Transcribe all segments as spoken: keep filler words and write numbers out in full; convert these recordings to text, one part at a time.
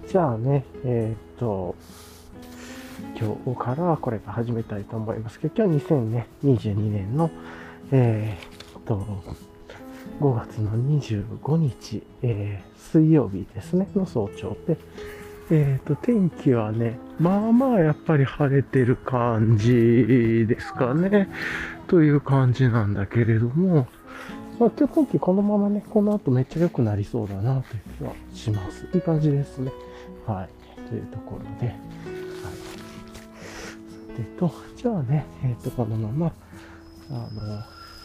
じゃあね、えーっと、今日からこれから始めたいと思いますけど、今日はにせんにじゅうにねんの、えーっと、ごがつのにじゅうごにち、えー水曜日ですね、の早朝で、えーっと、天気はね、まあまあやっぱり晴れてる感じですかね、という感じなんだけれども、まあ、今日天気このままね、この後めっちゃ良くなりそうだなという気はします。いい感じですね。はい。というところで。はい。でと、じゃあね、えっ、と、このまま、あの、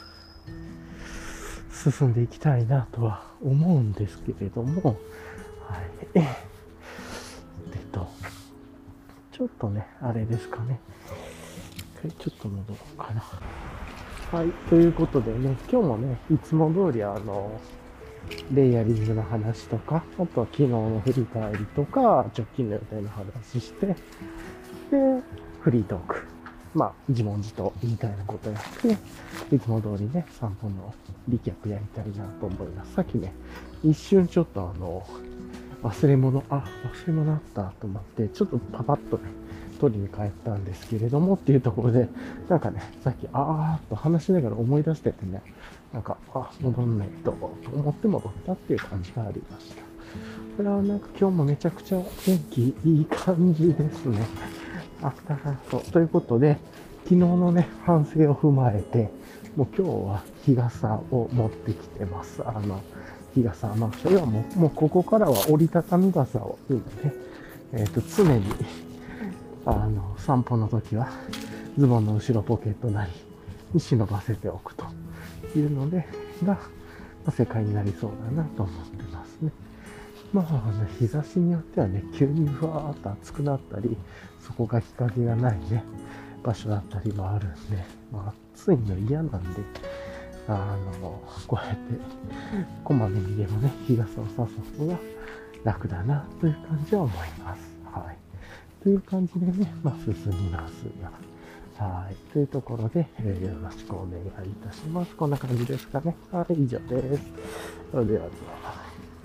進んでいきたいなとは思うんですけれども、はい。でと、ちょっとね、あれですかね。一回ちょっと戻ろうかな。はい。ということでね、今日もね、いつも通りあの、レイヤリングの話とか、あとは昨日の振り返りとか、直近の予定の話して、で、フリートーク。まあ、自問自答みたいなことやって、いつも通りね、散歩のリキャップやりたいなと思います。さっきね、一瞬ちょっとあの、忘れ物、あ、忘れ物あったと思って、ちょっとパパッとね、取りに帰ったんですけれどもっていうところで、なんかね、さっき、あーっと話しながら思い出しててね、なんか、あ、戻んないと、と思って戻ったっていう感じがありました。これはなんか今日もめちゃくちゃ天気いい感じですね。あったかそう。ということで、昨日のね、反省を踏まえて、もう今日は日傘を持ってきてます。あの、日傘、まあ、それはもう、もうここからは折りたたみ傘を今ね、えっ、ー、と、常に、あの、散歩の時は、ズボンの後ろポケットなりに忍ばせておくというので、が、まあ、正解になりそうだなと思ってますね。まあ、ね、日差しによってはね、急にふわーっと暑くなったり、そこが日陰がないね、場所だったりもあるんで、まあ、暑いの嫌なんで、あの、こうやって、こまめにでもね、日傘を差す方が楽だな、という感じは思います。はい。という感じでね、まあ、進みますが。はい。というところで、えー、よろしくお願いいたします。こんな感じですかね。はい、以上です。それではでは。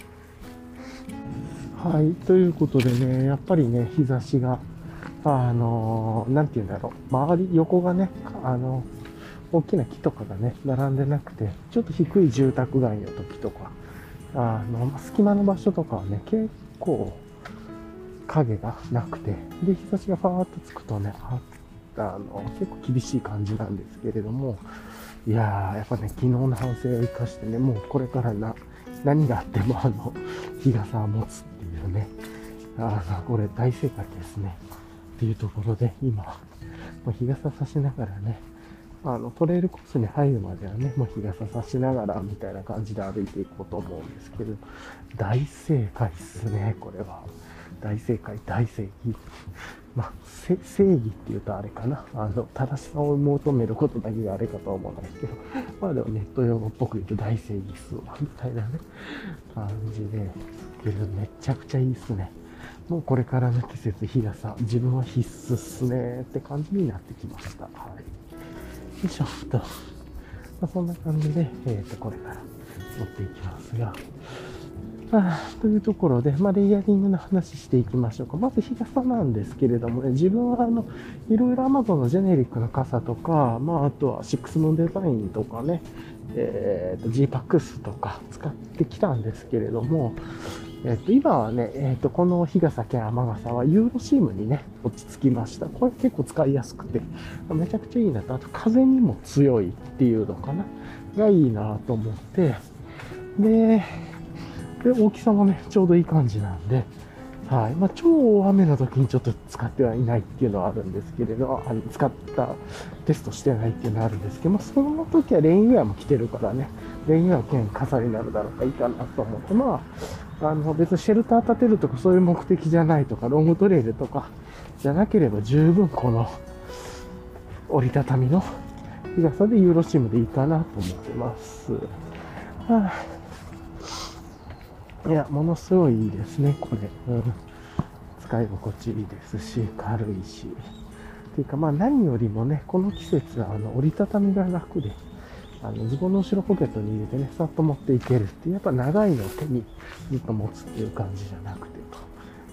はい。ということでね、やっぱりね、日差しが、あのー、なんて言うんだろう。周り、横がね、あの、大きな木とかがね、並んでなくて、ちょっと低い住宅街の時とか、あの、隙間の場所とかはね、結構影がなくて、で、日差しがファーっとつくとね、ああの、結構厳しい感じなんですけれども、いやー、やっぱね、昨日の反省を生かしてね、もうこれからな、何があってもあの、日傘を持つっていうね、あの、これ大正解ですね。っていうところで、今、もう日傘差しながらね、あの、トレイルコースに入るまではね、もう日傘差しながら、みたいな感じで歩いていこうと思うんですけど、大正解っすね、これは。大正解、大正義。まあ、正義って言うとあれかな。あの、正しさを求めることだけがあれかとは思うんですけど、まあでもネット用語っぽく言うと大正義っすわ、みたいなね、感じで、めちゃくちゃいいっすね。もうこれからの季節、日傘、自分は必須っすねって感じになってきました。はい。よいしょと。まあ、そんな感じで、えっ、ー、と、これから持っていきますが、ああというところで、まあ、レイヤリングの話していきましょうか。まず日傘なんですけれどもね、自分はあの、いろいろ Amazon のジェネリックの傘とか、まあ、あとはシックスムーンデザインとかね、えっ、ー、と、G パックスとか使ってきたんですけれども、えっ、ー、と、今はね、えっ、ー、と、この日傘兼雨傘はユーロシームにね、落ち着きました。これ結構使いやすくて、めちゃくちゃいいなと、あと風にも強いっていうのかな、がいいなと思って、で、で、大きさもね、ちょうどいい感じなんで、はい。まあ、超大雨の時にちょっと使ってはいないっていうのはあるんですけれど、あの使ったテストしてないっていうのはあるんですけど、まあ、その時はレインウェアも着てるからね、レインウェア兼傘になるだろうかいいかなと思って、まあ、あの、別にシェルター立てるとかそういう目的じゃないとか、ロングトレイルとかじゃなければ十分この折りたたみの日傘でユーロシームでいいかなと思ってます。はあいや、ものすごいいいですね、これ。うん、使い心地いいですし、軽いし。っていうか、まあ何よりもね、この季節はあの折りたたみが楽で、あのズボンの後ろポケットに入れてね、さっと持っていけるっていう、やっぱ長いのを手にずっと持つっていう感じじゃなくて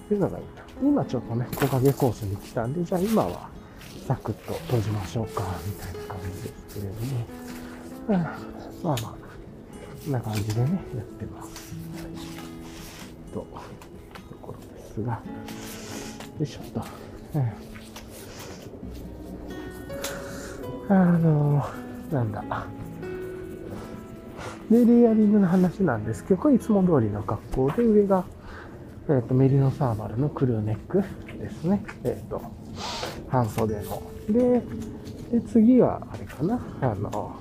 っていうのがいいな。今ちょっとね、木陰コースに来たんで、じゃあ今はサクッと閉じましょうか、みたいな感じですけれども。うん、まあまあ、こんな感じでね、やってます。はい。と、ところですが、よいしょっと。うん、あのー、なんだ。で、レイヤリングの話なんですけど、これいつも通りの格好で、上が、えっ、ー、と、メリノサーマルのクルーネックですね。えっ、ー、と、半袖の。で、で、次は、あれかな、あの、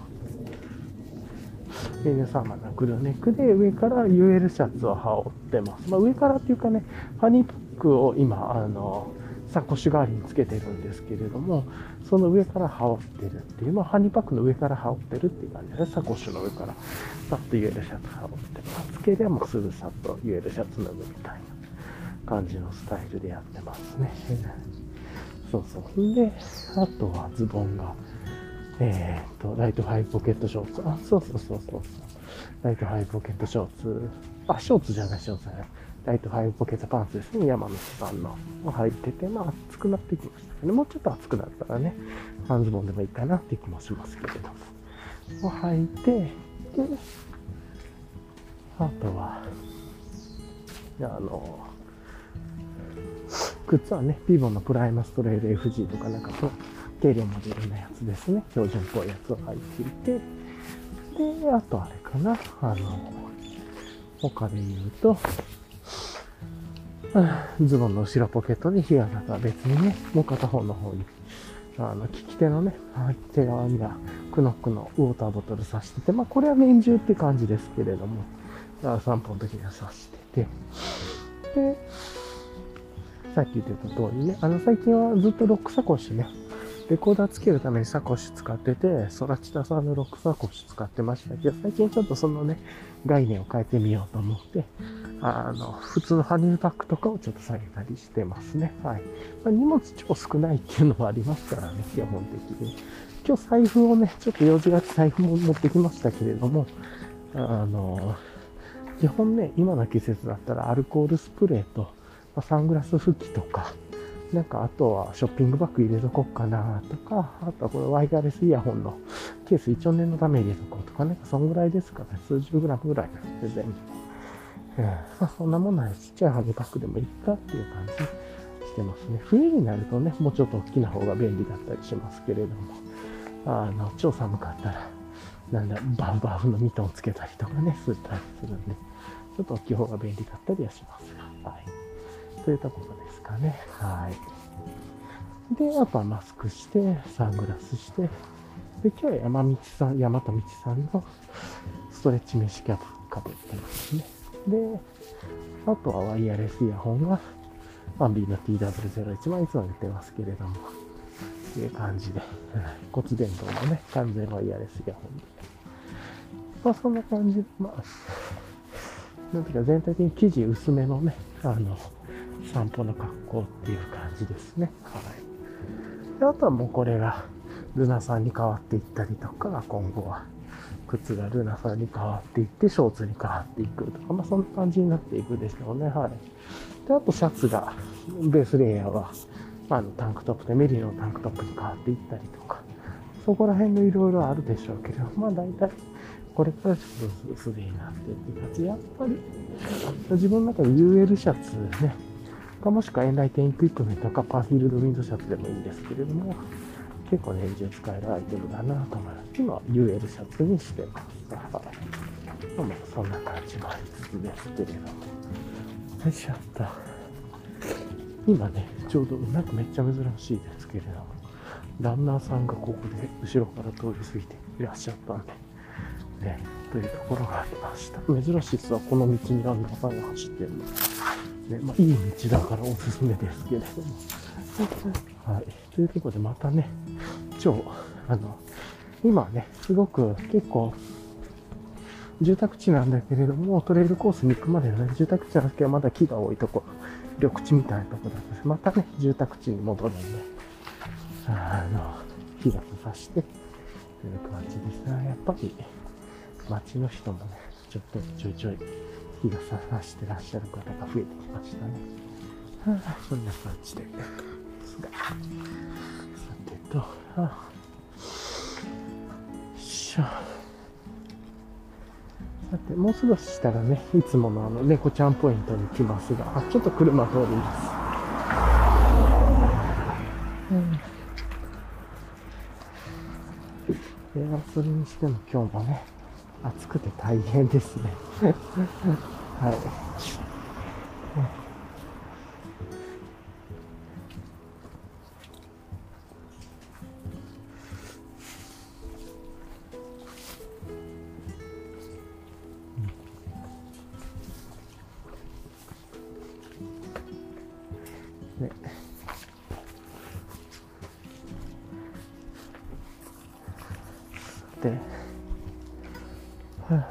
メリノサーマルのクルーネックで、上から ユーエル シャツを羽織ってます。まあ、上からっていうかね、ファニーパックを今、あの、サコッシュ代わりにつけてるんですけれども、その上から羽織ってるっていう、まあ、ハニーパックの上から羽織ってるっていう感じで、サコッシュの上からさっと ユーエル シャツ羽織ってます。つけりゃもうすぐさっと ユーエル シャツ脱ぐみたいな感じのスタイルでやってますね。そうそう。で、あとはズボンが、えー、っと、ライトハイポケットショーツ。あ、そうそうそうそう。ライトハイポケットショーツ。あ、ショーツじゃない、ショーツじゃない。ライトハイポケットパンツですね。山道さんの。入ってて、まあ、暑くなってきましたね。もうちょっと暑くなったらね、半ズボンでもいいかなっていう気もしますけれども。を履いて、で、あとは、あの、靴はね、ピボンのプライマストレール エフジー とかなんかと、軽量モデルのやつですね。標準っぽいやつを履いていて、で、あとあれかな、あの、他で言うと、ズボンの後ろポケットに日傘とは別にね、もう片方の方に、あの、利き手のね、手側にはクノックのウォーターボトル刺してて、まあこれは年中って感じですけれども、散歩の時には刺してて、で、さっき言ってた通りね、あの最近はずっとロックサコッシュね、レコーダーつけるためにサコッシュ使ってて、ソラチタさんのロックサコッシュ使ってましたけど、最近ちょっとそのね、概念を変えてみようと思って、あの、普通のハニーパックとかをちょっと下げたりしてますね。はい。まあ、荷物超少ないっていうのもありますからね、基本的に。今日財布をね、ちょっと用事があって財布も持ってきましたけれども、あの、基本ね、今の季節だったらアルコールスプレーと、まあ、サングラス拭きとか、なんかあとはショッピングバッグ入れとこっかなとか、あとはこれワイヤレスイヤホンのケース一応念のため入れとこうとかね、そんぐらいですかね、数十グラムぐらいなんで全部。うん、まあ、そんなもんならちっちゃいハニーパックでもいいかっていう感じしてますね。冬になるとね、もうちょっと大きな方が便利だったりしますけれども、あの、超寒かったら、なんだ、バフバフのミトンつけたりとかね、そういったりするんで、ちょっと大きい方が便利だったりはしますが、はい。というところですかね。はい。で、あとはマスクして、サングラスして、で、今日は山道さん、山田道さんのストレッチメッシュキャップかぶってますね。で、あとはワイヤレスイヤホンが、ワンビー の ティーダブリューゼロいち、まあいつも言ってますけれども、という感じで、骨伝導のね、完全ワイヤレスイヤホンで。まあそんな感じで、まあ、なんていうか全体的に生地薄めのね、あの、散歩の格好っていう感じですね。はい。で、あとはもうこれがルナさんに変わっていったりとか、今後は靴がルナさんに変わっていって、ショーツに変わっていくとか、まあそんな感じになっていくでしょうね。はい。で、あとシャツが、ベースレイヤーは、あのタンクトップでメリのタンクトップに変わっていったりとか、そこら辺のいろいろあるでしょうけど、まあ大体、これからちょっと薄手になってっていう感じ。やっぱり、自分の中で ユーエル シャツね、かもしくはエンライテンエクイプメントかパーフィールドウィンドシャツでもいいんですけれども、結構年中使えるアイテムだなと思います。今は ユーエル シャツにしてます。はい。まあ、そんな感じもありつつですけれども。よいしょっと。今ね、ちょうどなんかめっちゃ珍しいですけれども、ランナーさんがここで後ろから通り過ぎていらっしゃったんで、ね、というところがありました。珍しいですわ、この道にランナーさんが走ってるの。ね、まあ、いい道だからおすすめですけれども。はい。というところでまたね、超、あの、今ね、すごく結構、住宅地なんだけれども、トレイルコースに行くまでのね、住宅地なんですけど、まだ木が多いところ、緑地みたいなところだったんです。またね、住宅地に戻るんで、あの、日がさして、という感じですね。やっぱり、街の人もね、ちょっとちょいちょい日がさしてらっしゃる方が増えてきましたね。 はあ、そんな感じで。さてと、はあ、よいしょ。さて、もう少ししたらね、いつものあの、猫ちゃんポイントに来ますが、あ、ちょっと車通ります。うん、いや、それにしても今日もね、暑くて大変ですね。はい。ね、で、は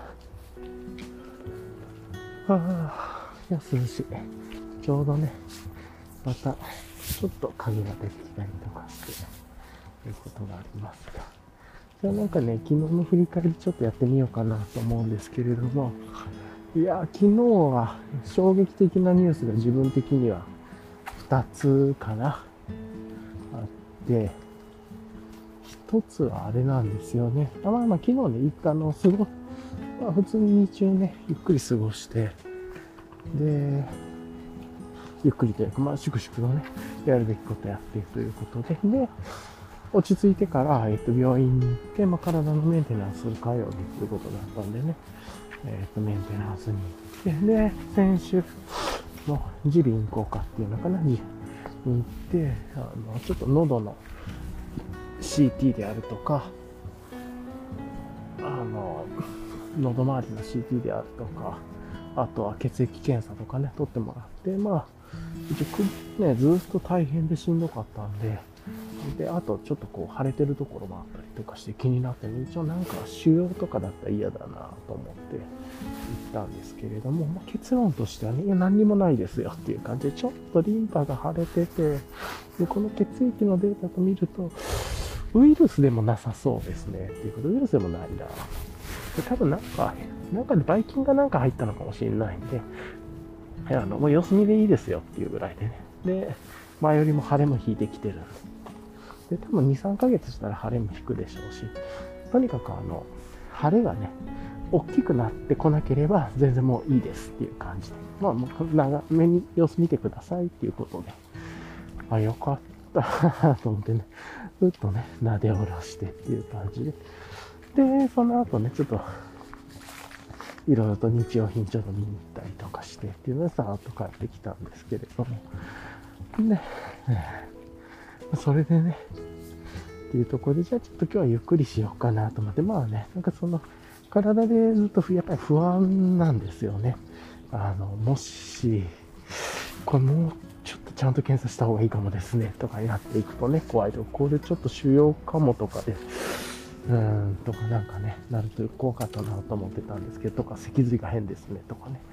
あ、はあ、いや、涼しい。ちょうどね、また、ちょっと影が出てきたりとかして、ということがありますが。じゃあなんかね、昨日の振り返りちょっとやってみようかなと思うんですけれども、いや、昨日は衝撃的なニュースが自分的にはふたつかな、あって、ひとつはあれなんですよね。あまあまあ昨日ね、一回あの、過ご、まあ普通に日中ね、ゆっくり過ごして、で、ゆっくりというか、まあ、粛々とね、やるべきことやっていくということで、で、落ち着いてから、えっと、病院に行って、まあ、体のメンテナンスを火曜日ということだったんでね、えっと、メンテナンスに行って、で、先週の耳鼻咽喉科っていうのかな、に行って、あの、ちょっと喉の シーティー であるとか、あの、喉周りの シーティー であるとか、あとは血液検査とかね、取ってもらって、まあ、一応ね、ずっと大変でしんどかったんで、で、あとちょっとこう腫れてるところもあったりとかして気になって、一応なんか腫瘍とかだったら嫌だなと思って行ったんですけれども、まあ、結論としてはね、いや何にもないですよっていう感じで、ちょっとリンパが腫れてて、で、この血液のデータと見ると、ウイルスでもなさそうですねっていうこと、ウイルスでもないな。で、多分なんか、中でばい菌がなんか入ったのかもしれないんで、あの、もう様子見でいいですよっていうぐらいでね。で、前よりも腫れも引いてきてる。で、多分に、さんかげつしたら腫れも引くでしょうし、とにかくあの、腫れがね、大きくなってこなければ全然もういいですっていう感じで。まあ、もう長めに様子見てくださいっていうことで。あ、よかったと思ってね、ずっとね、撫で下ろしてっていう感じで。で、その後ね、ちょっと、いろいろと日用品ちょっと見に行ったりとかしてっていうのでさーっと帰ってきたんですけれども。で、それでね、っていうところで、じゃあちょっと今日はゆっくりしようかなと思って、まあね、なんかその、体でずっとやっぱり不安なんですよね。あの、もし、これもうちょっとちゃんと検査した方がいいかもですね、とかになっていくとね、怖いと、これちょっと腫瘍かもとかで、うーん、とかなんかね、なると怖かったなと思ってたんですけど、とか脊髄が変ですね、とかね、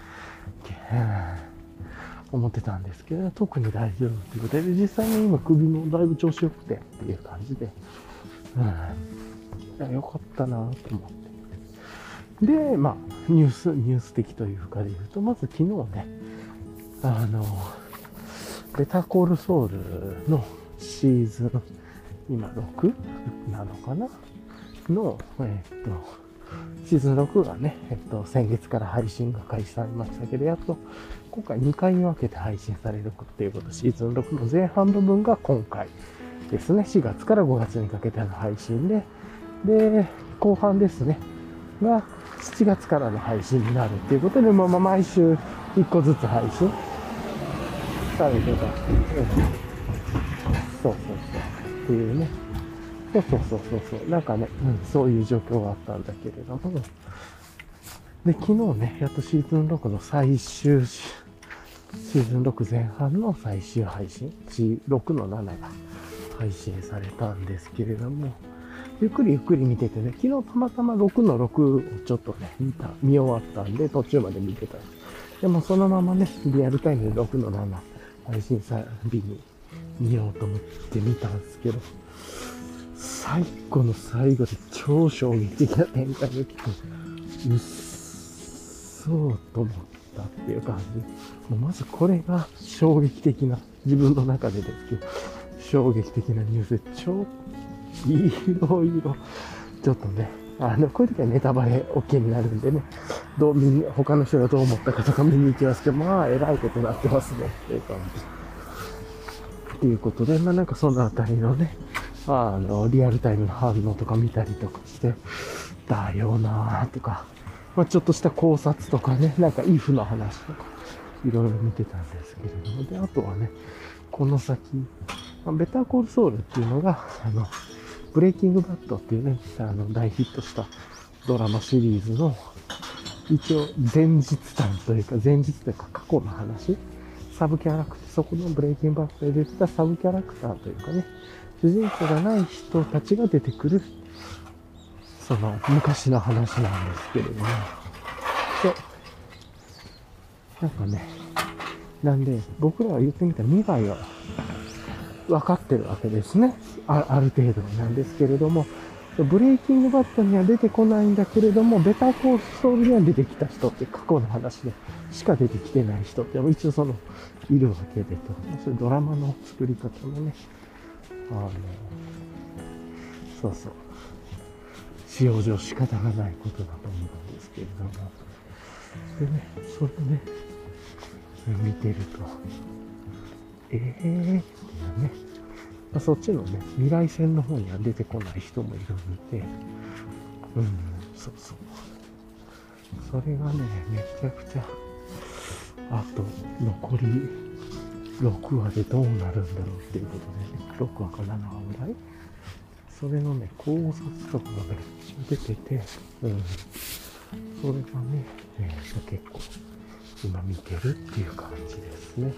思ってたんですけど、特に大丈夫っていうことで、実際に今首もだいぶ調子良くてっていう感じで、うん、いや、よかったなと思って。で、まあ、ニュース、ニュース的というかで言うと、まず昨日ね、あの、ベタコールソウルのシーズン、今ろくなのかなの、えっと、シーズンろくがね、えっと、先月から配信が開始されましたけど、やっと今回にかいに分けて配信されるっていうこと、シーズンろくの前半部分が今回ですね、しがつからごがつにかけての配信で、で、後半ですね、がしちがつからの配信になるっていうことで、まあ、毎週いっこずつ配信されてた。うん、そうそうそう。っていうね。そうそうそうそうそう。なんかね、うん、そういう状況があったんだけれども。で、昨日ね、やっとシーズンろくの最終、シーズンろく前半の最終配信、ろくのななが配信されたんですけれども、ゆっくりゆっくり見ててね、昨日たまたまろくのろくをちょっとね、見た、見終わったんで、途中まで見てた。でもそのままね、リアルタイムでろくのなな配信さ日に見ようと思って見たんですけど、最後の最後で超衝撃的な展開が来て、うっそーと思っったっていう感じ。もうまずこれが衝撃的な、自分の中でですけど、衝撃的なニュースで、ちょっと、いろいろ、ちょっとね、あの、こういう時はネタバレ OK になるんでね、どう、みんな、他の人がどう思ったかとか見に行きますけど、まあ、えらいことになってますね、っていう感じ。っていうことで、まあなんかそのあたりのね、あの、リアルタイムの反応とか見たりとかして、だよなぁとか、まあちょっとした考察とかね、なんかイフの話とか、いろいろ見てたんですけれども、で、あとはね、この先、まあ、ベターコールソウルっていうのが、あの、ブレイキングバッドっていうね、あの、大ヒットしたドラマシリーズの、一応前日談というか、前日というか過去の話、サブキャラクター、そこのブレイキングバッドで出てたサブキャラクターというかね、主人公がない人たちが出てくる、その昔の話なんですけれども、そう、なんかね、なんで僕らは言ってみたら未来は分かってるわけですね。あ, ある程度なんですけれども、ブレイキングバッドには出てこないんだけれども、ベターコールソウルには出てきた人って過去の話でしか出てきてない人って一応そのいるわけでと、そういうドラマの作り方のね、あの、そうそう、使用上仕方がないことだと思うんですけれども、でね、それね、見てると、えーっていうね、まあ、そっちのね、未来線の方には出てこない人もいるんで、うん、そうそう。それがね、めちゃくちゃ、あと、残りろくわでどうなるんだろうっていうことでね、ろくわかななわぐらいそれのね、考察とかがめっちゃ出てて、うん。それがね、えー、と結構、今見てるっていう感じですね。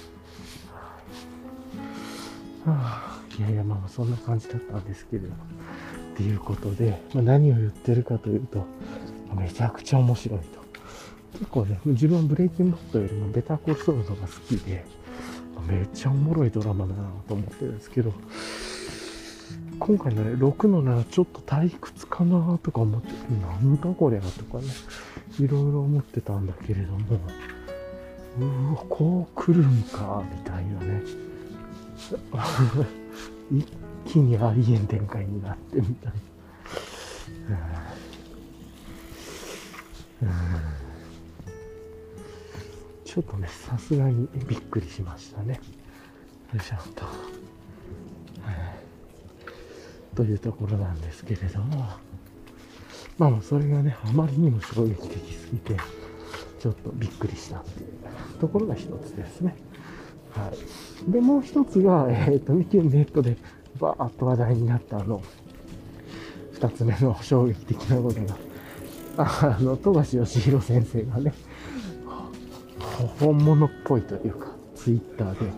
はあ、いやいや、まあそんな感じだったんですけれども。っていうことで、まあ、何を言ってるかというと、めちゃくちゃ面白いと。結構ね、自分はブレイキングバッドよりもベターコールソウルの方が好きで、めっちゃおもろいドラマだなと思ってるんですけど、今回のね、ろくのななちょっと退屈かなとか思って、なんだこれはとかね、いろいろ思ってたんだけれども、うわ、こう来るんか、みたいなね。一気にありえん展開になってみたいな。うんうん、ちょっとね、さすがにびっくりしましたね。よいしょっと。というところなんですけれども、まあまあそれがね、あまりにも衝撃的すぎて、ちょっとびっくりしたっていうところが一つですね。はい。で、もう一つが、えっと、ネットでバーッと話題になったあの、二つ目の衝撃的なことが、あの、富樫義弘先生がね、本物っぽいというか、ツイッターで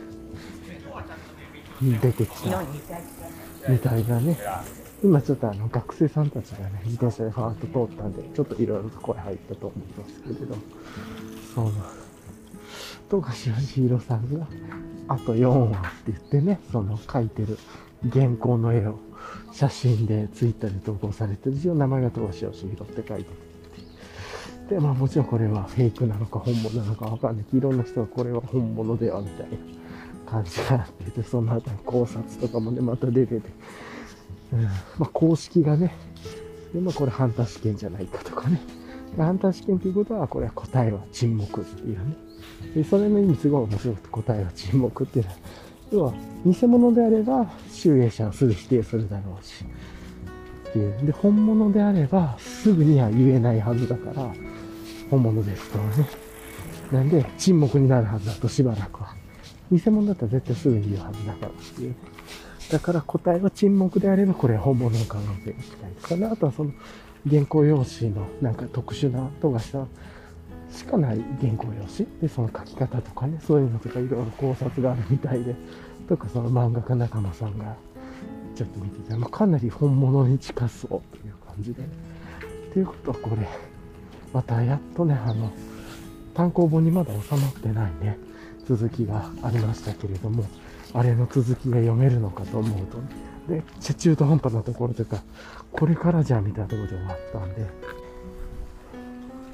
出てきたみたいなね。今ちょっとあの学生さんたちがね、自転車でファーッと通ったんで、ちょっといろいろと声入ったと思いますけれど、その、富樫義弘さんが、あとよんわって言ってね、その書いてる原稿の絵を写真でツイッターで投稿されてる一応名前が富樫義弘って書いてて、で、まあもちろんこれはフェイクなのか本物なのかわかんないけど、いろんな人がこれは本物ではみたいな感じがあってて、その後の考察とかもね、また出てて、うん、まあ公式がね、でまあこれハンター試験じゃないかとかね、ハンター試験ということは、これは答えは沈黙っていうね。でそれの意味すごい面白くて、答えは沈黙っていうのは、要は偽物であれば集英社はすぐ否定するだろうしっていう。で、本物であればすぐには言えないはずだから、本物ですとはね。なんで沈黙になるはずだとしばらくは。偽物だったら絶対すぐに言うはずだからっていう。だから答えは沈黙であれば、これは本物の可能性が近いですかね。あとはその原稿用紙のなんか特殊な富樫さんしかない原稿用紙で、その書き方とかね、そういうのとかいろいろ考察があるみたいで、とかその漫画家仲間さんがちょっと見てて、まあ、かなり本物に近そうという感じで。っていうことはこれ、またやっとね、あの、単行本にまだ収まってないね、続きがありましたけれども、あれの続きが読めるのかと思うとね、めっちゃ中途半端なところというか、これからじゃんみたいなところで終わったんで、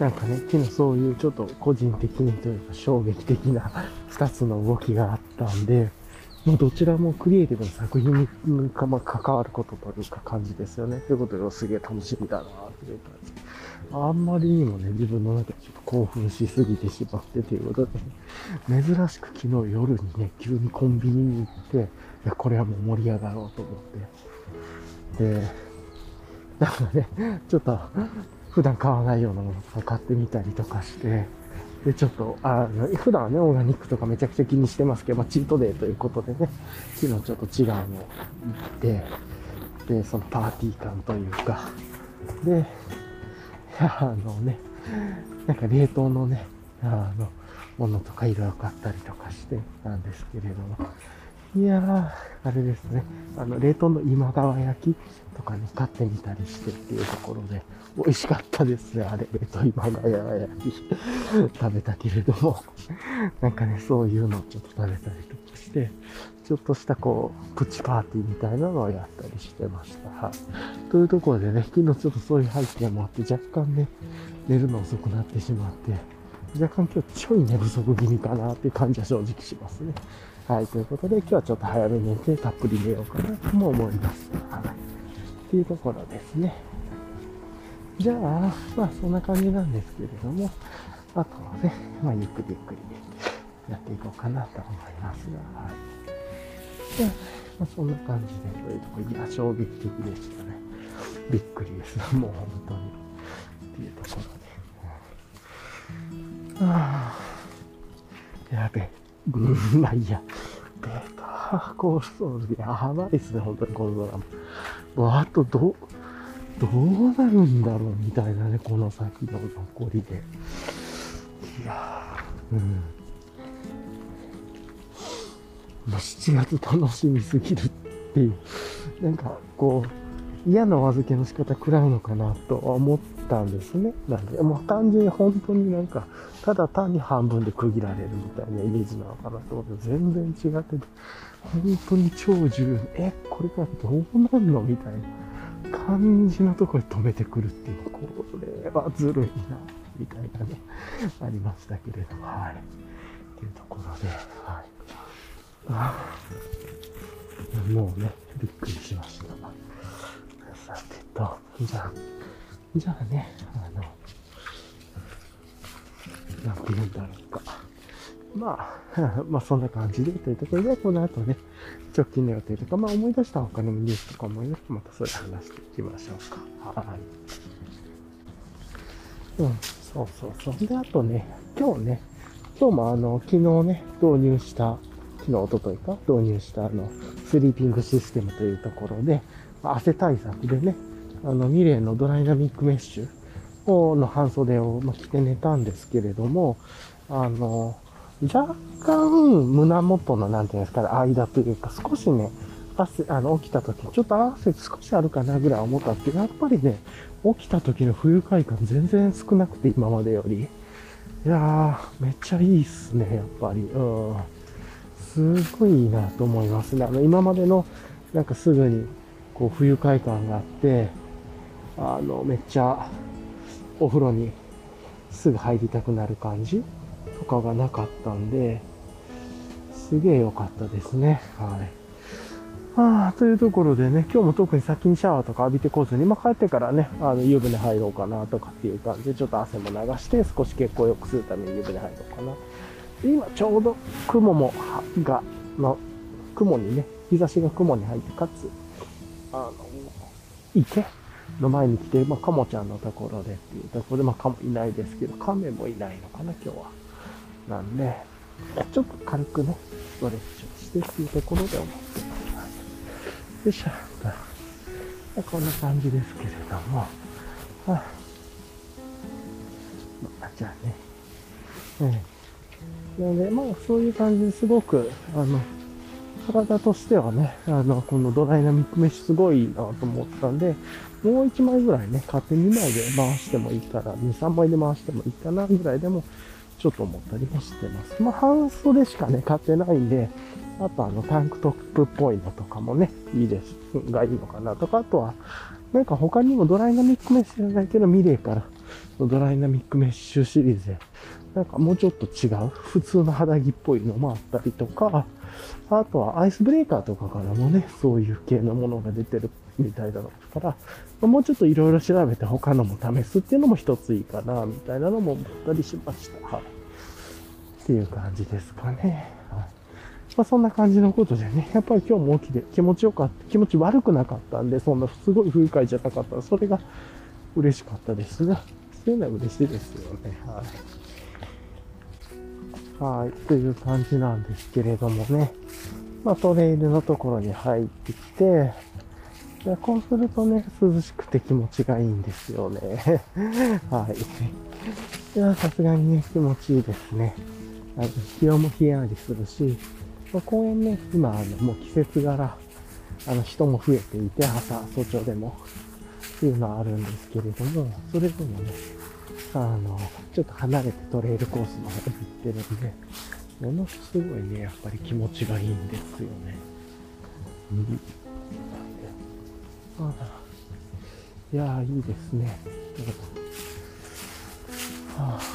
なんかね、昨日そういうちょっと個人的にというか衝撃的な二つの動きがあったんで、もうどちらもクリエイティブな作品にか、まあ、関わることというか感じですよね。ということで、すげえ楽しみだなという感じ。あんまりにもね、自分の中でちょっと興奮しすぎてしまってということで、珍しく昨日夜にね、急にコンビニに行って、いや、これはもう盛り上がろうと思って。で、なんかね、ちょっと普段買わないようなものとか買ってみたりとかして、で、ちょっと、あの、普段はね、オーガニックとかめちゃくちゃ気にしてますけど、まあ、チートデーということでね、昨日ちょっと違うのを行って、で、そのパーティー感というか、で、いや、あのね、なんか冷凍のね、あの、ものとかいろいろ買ったりとかしてなんですけれども、いやー、あれですね。あの、冷凍の今川焼きとかね、買ってみたりしてっていうところで、美味しかったですね、あれ、冷凍今川焼き。食べたけれども、なんかね、そういうのをちょっと食べたりとかして、ちょっとしたこう、プチパーティーみたいなのをやったりしてました。はい。というところでね、昨日ちょっとそういう背景もあって、若干ね、寝るの遅くなってしまって、若干今日ちょい寝不足気味かなっていう感じは正直しますね。はい、ということで今日はちょっと早めに寝てたっぷり寝ようかなとも思います。はい。っていうところですね。じゃあ、まあそんな感じなんですけれども、あとはね、まあゆっくりゆっくりやっていこうかなと思いますが、はい。じゃあ、まあそんな感じでというところ、いや、衝撃的でしたね。びっくりです。もう本当に。っていうところで。はぁ、やべえ。うん、まあいいや。ベータコーストール、やばいですね、本当にこのドラマ。もうあとどう、どうなるんだろうみたいなね、この先の残りで。いやー、うん。もうしちがつ楽しみすぎるっていう、なんかこう、嫌なお預けの仕方食らうのかなと思ったんですね。なんで、もう単純に本当になんか、ただ単に半分で区切られるみたいなイメージなのかなと思って、全然違ってて、本当に超重要。え、これからどうなんのみたいな感じのところで止めてくるっていう、これはずるいな、みたいなね、ありましたけれども、はい。っていうところで、はい。ああ、もうね、びっくりしました。さてと、じゃあ、じゃあね、あの、なんて言うんだろうか。まあ、まあそんな感じでというところで、この後ね、直近の予定とか、まあ思い出した他のニュースとか思い出して、またそれ話していきましょうか。はい。うん、そうそうそう。で、あとね、今日ね、今日もあの、昨日ね、導入した、昨日、一昨日か、導入したあの、スリーピングシステムというところで、汗対策でね、あの、ミレーのドライナミックメッシュをの半袖を着て寝たんですけれども、あの、若干胸元のなんていうんですかね、間というか少しね、汗、あの、起きた時にちょっと汗少しあるかなぐらい思ったんですけど、やっぱりね、起きた時の不愉快感全然少なくて今までより。いやー、めっちゃいいっすね、やっぱり。うん。すごいいいなと思いますね。あの、今までの、なんかすぐに、こう、不愉快感があって、あの、めっちゃ、お風呂にすぐ入りたくなる感じとかがなかったんで、すげえ良かったですね。はい。はあ、というところでね、今日も特に先にシャワーとか浴びてこずに、まあ、帰ってからね、あの、湯船入ろうかなとかっていう感じで、ちょっと汗も流して、少し血行良くするために湯船入ろうかな。今ちょうど雲も、が、の、雲にね、日差しが雲に入って、かつ、あの、池の前に来て、まあ、カモちゃんのところでっていうところで、まあ、カモいないですけど、カメもいないのかな、今日は。なんで、ちょっと軽くね、ストレッチをしてっていうところで思ってます。よいしょ。こんな感じですけれども、はあ、まあ、じゃあね、うん。なので、まあ、そういう感じですごく、あの、体としてはね、あの、このドライナミックメッシュすごいいいなと思ったんで、もういちまいぐらいね、買ってにまいで回してもいいから、に、さんまいで回してもいいかなぐらいでも、ちょっと思ったりもしてます。まあ、半袖しかね、買ってないんで、あとあの、タンクトップっぽいのとかもね、いいです、がいいのかなとか、あとは、なんか他にもドライナミックメッシュじゃないけど、ミレーからドライナミックメッシュシリーズで、なんかもうちょっと違う、普通の肌着っぽいのもあったりとか、あとはアイスブレーカーとかからもね、そういう系のものが出てるみたいだから、もうちょっといろいろ調べて他のも試すっていうのも一ついいかな、みたいなのも思ったりしました。はい。っていう感じですかね。はい。まあそんな感じのことでね、やっぱり今日も起きて気持ちよかった、気持ち悪くなかったんで、そんなすごい不愉快じゃなかった。それが嬉しかったですが、そういうのは嬉しいですよね。はい。はい、という感じなんですけれどもね。まあ、トレイルのところに入ってきて、でこうするとね、涼しくて気持ちがいいんですよね。はい。いや、さすがにね、気持ちいいですね。あの気温もひんやりするし、まあ、公園ね、今、あの、もう季節柄、あの、人も増えていて、朝、早朝でも、っていうのはあるんですけれども、それでもね、あの、ちょっと離れてトレイルコースの方に行ってるんで、ものすごいね、やっぱり気持ちがいいんですよね。うん。ああ、いやー、いいですね。はあ、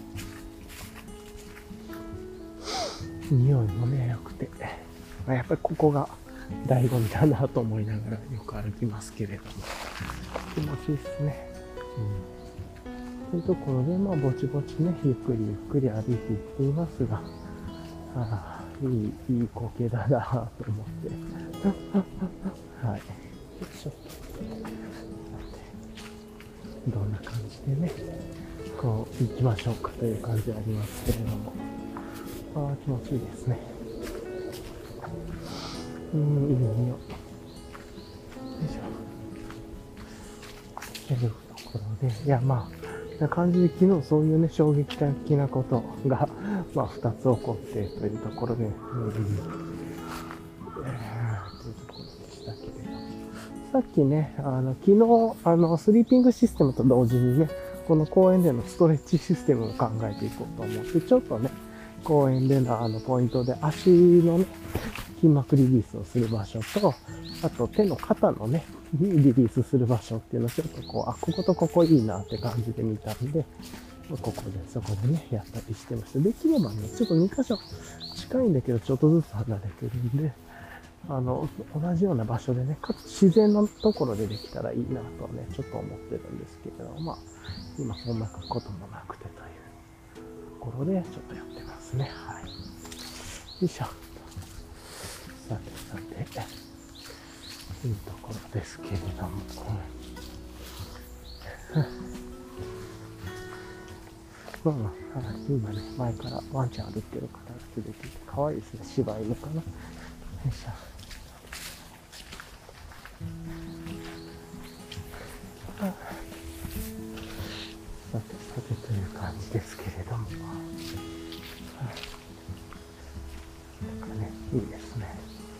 匂いもね、良くて。やっぱりここが醍醐味だなと思いながらよく歩きますけれども。気持ちいいですね。うん。というところで、まあ、ぼちぼちね、ゆっくりゆっくり歩いていっていますが、ああ、いい、いい光景だなと思って。はい。よいしょ。どんな感じでね、こう、行きましょうかという感じでありますけれども。ああ、気持ちいいですね。うん、いい匂い。よいしょ。というところで、いや、まあ、な感じで昨日そういうね、衝撃的なことが、まあ、二つ起こってというところで、うん、えー、というところでしたけれど。さっきね、あの、昨日、あの、スリーピングシステムと同時にね、この公園でのストレッチシステムを考えていこうと思って、ちょっとね、公園でのあのポイントで足のね、筋膜リリースをする場所と、あと手の肩のね、リリースする場所っていうのをちょっとこう、あ、こことここいいなって感じで見たんで、ここで、そこでね、やったりしてました。できればね、ちょっとに箇所近いんだけど、ちょっとずつ離れてるんで、あの、同じような場所でね、かつ自然のところでできたらいいなとね、ちょっと思ってるんですけれども、まあ、今そんなこともなくてというところで、ちょっとやってますね。はい。よいしょ。さてさて、いいところですけれども。まあまあ、今ね、前からワンちゃん歩いてる方が連れていて、可愛いですね。柴犬かな。よいしょ。さてさてという感じですけれども。なんかね、いいですね。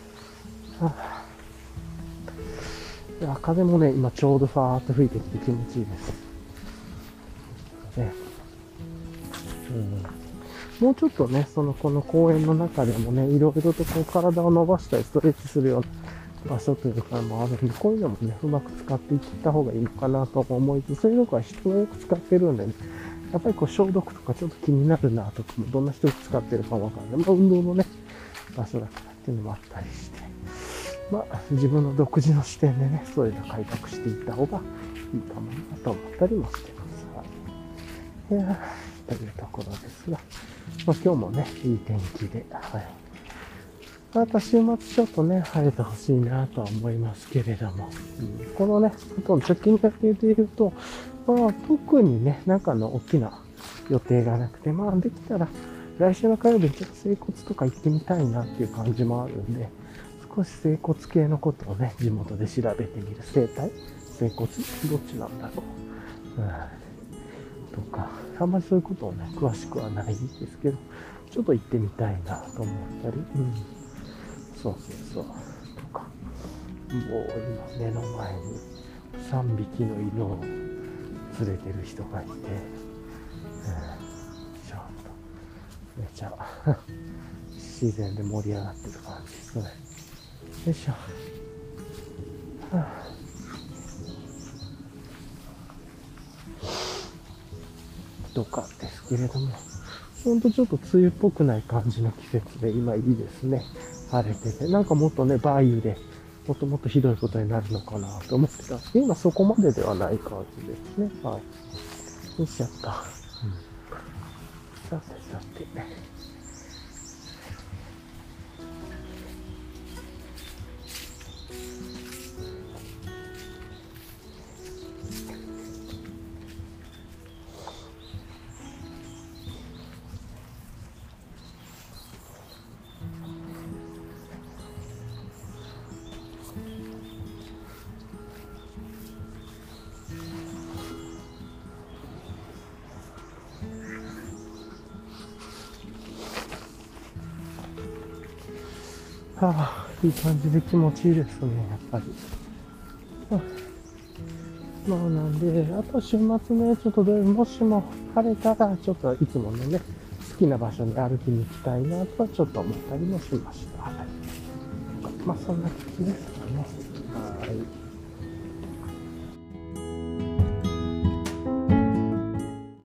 いや、風もね、今ちょうどファーっと吹いてきて気持ちいいです。ね、うん、もうちょっとね、その、この公園の中でもね、いろいろとこう体を伸ばしたりストレッチするような場所というかもあるんで、こういうのもね、うまく使っていった方がいいのかなと思いつつ、そういうとこは人がよく使ってるんでね、やっぱりこう消毒とかちょっと気になるなとかも、どんな人が使ってるかわかんない。まあ運動のね、場所だからっていうのもあったりして、まあ自分の独自の視点でね、そういうのを開拓していった方がいいかもなと思ったりもしてます。はい。いやー、というところですが、まあ今日もね、いい天気で、はい。また週末ちょっとね、晴れてほしいなとは思いますけれども、うん、このね、直近だけで言うと、まあ特にね、中の大きな予定がなくて、まあできたら来週の火曜日にちょっと整骨とか行ってみたいなっていう感じもあるんで、少し整骨系のことをね、地元で調べてみる。整体整骨どっちなんだろう、うん、とか、あんまりそういうことをね、詳しくはないんですけど、ちょっと行ってみたいなと思ったり、うん、そうそうそう、とか、もう今目の前にさんびきの犬を連れてる人がいて、うん、ちょっとめちゃ自然で盛り上がってる感じですね。よいしょ。はあ、 とかですけれども、ほんとちょっと梅雨っぽくない感じの季節で今いいですね。晴れてて。なんかもっとね、梅雨で、もっともっとひどいことになるのかなと思ってた。今そこまでではない感じですね。はい。よいしょっと。うん。さてさて。はあ、いい感じで気持ちいいですね、やっぱり。まあ、まあなんで、あと週末ね、ちょっとどうもしも晴れたら、ちょっといつものね、好きな場所に歩きに行きたいなとはちょっと思ったりもしました。はい。まあそんな感じですかね。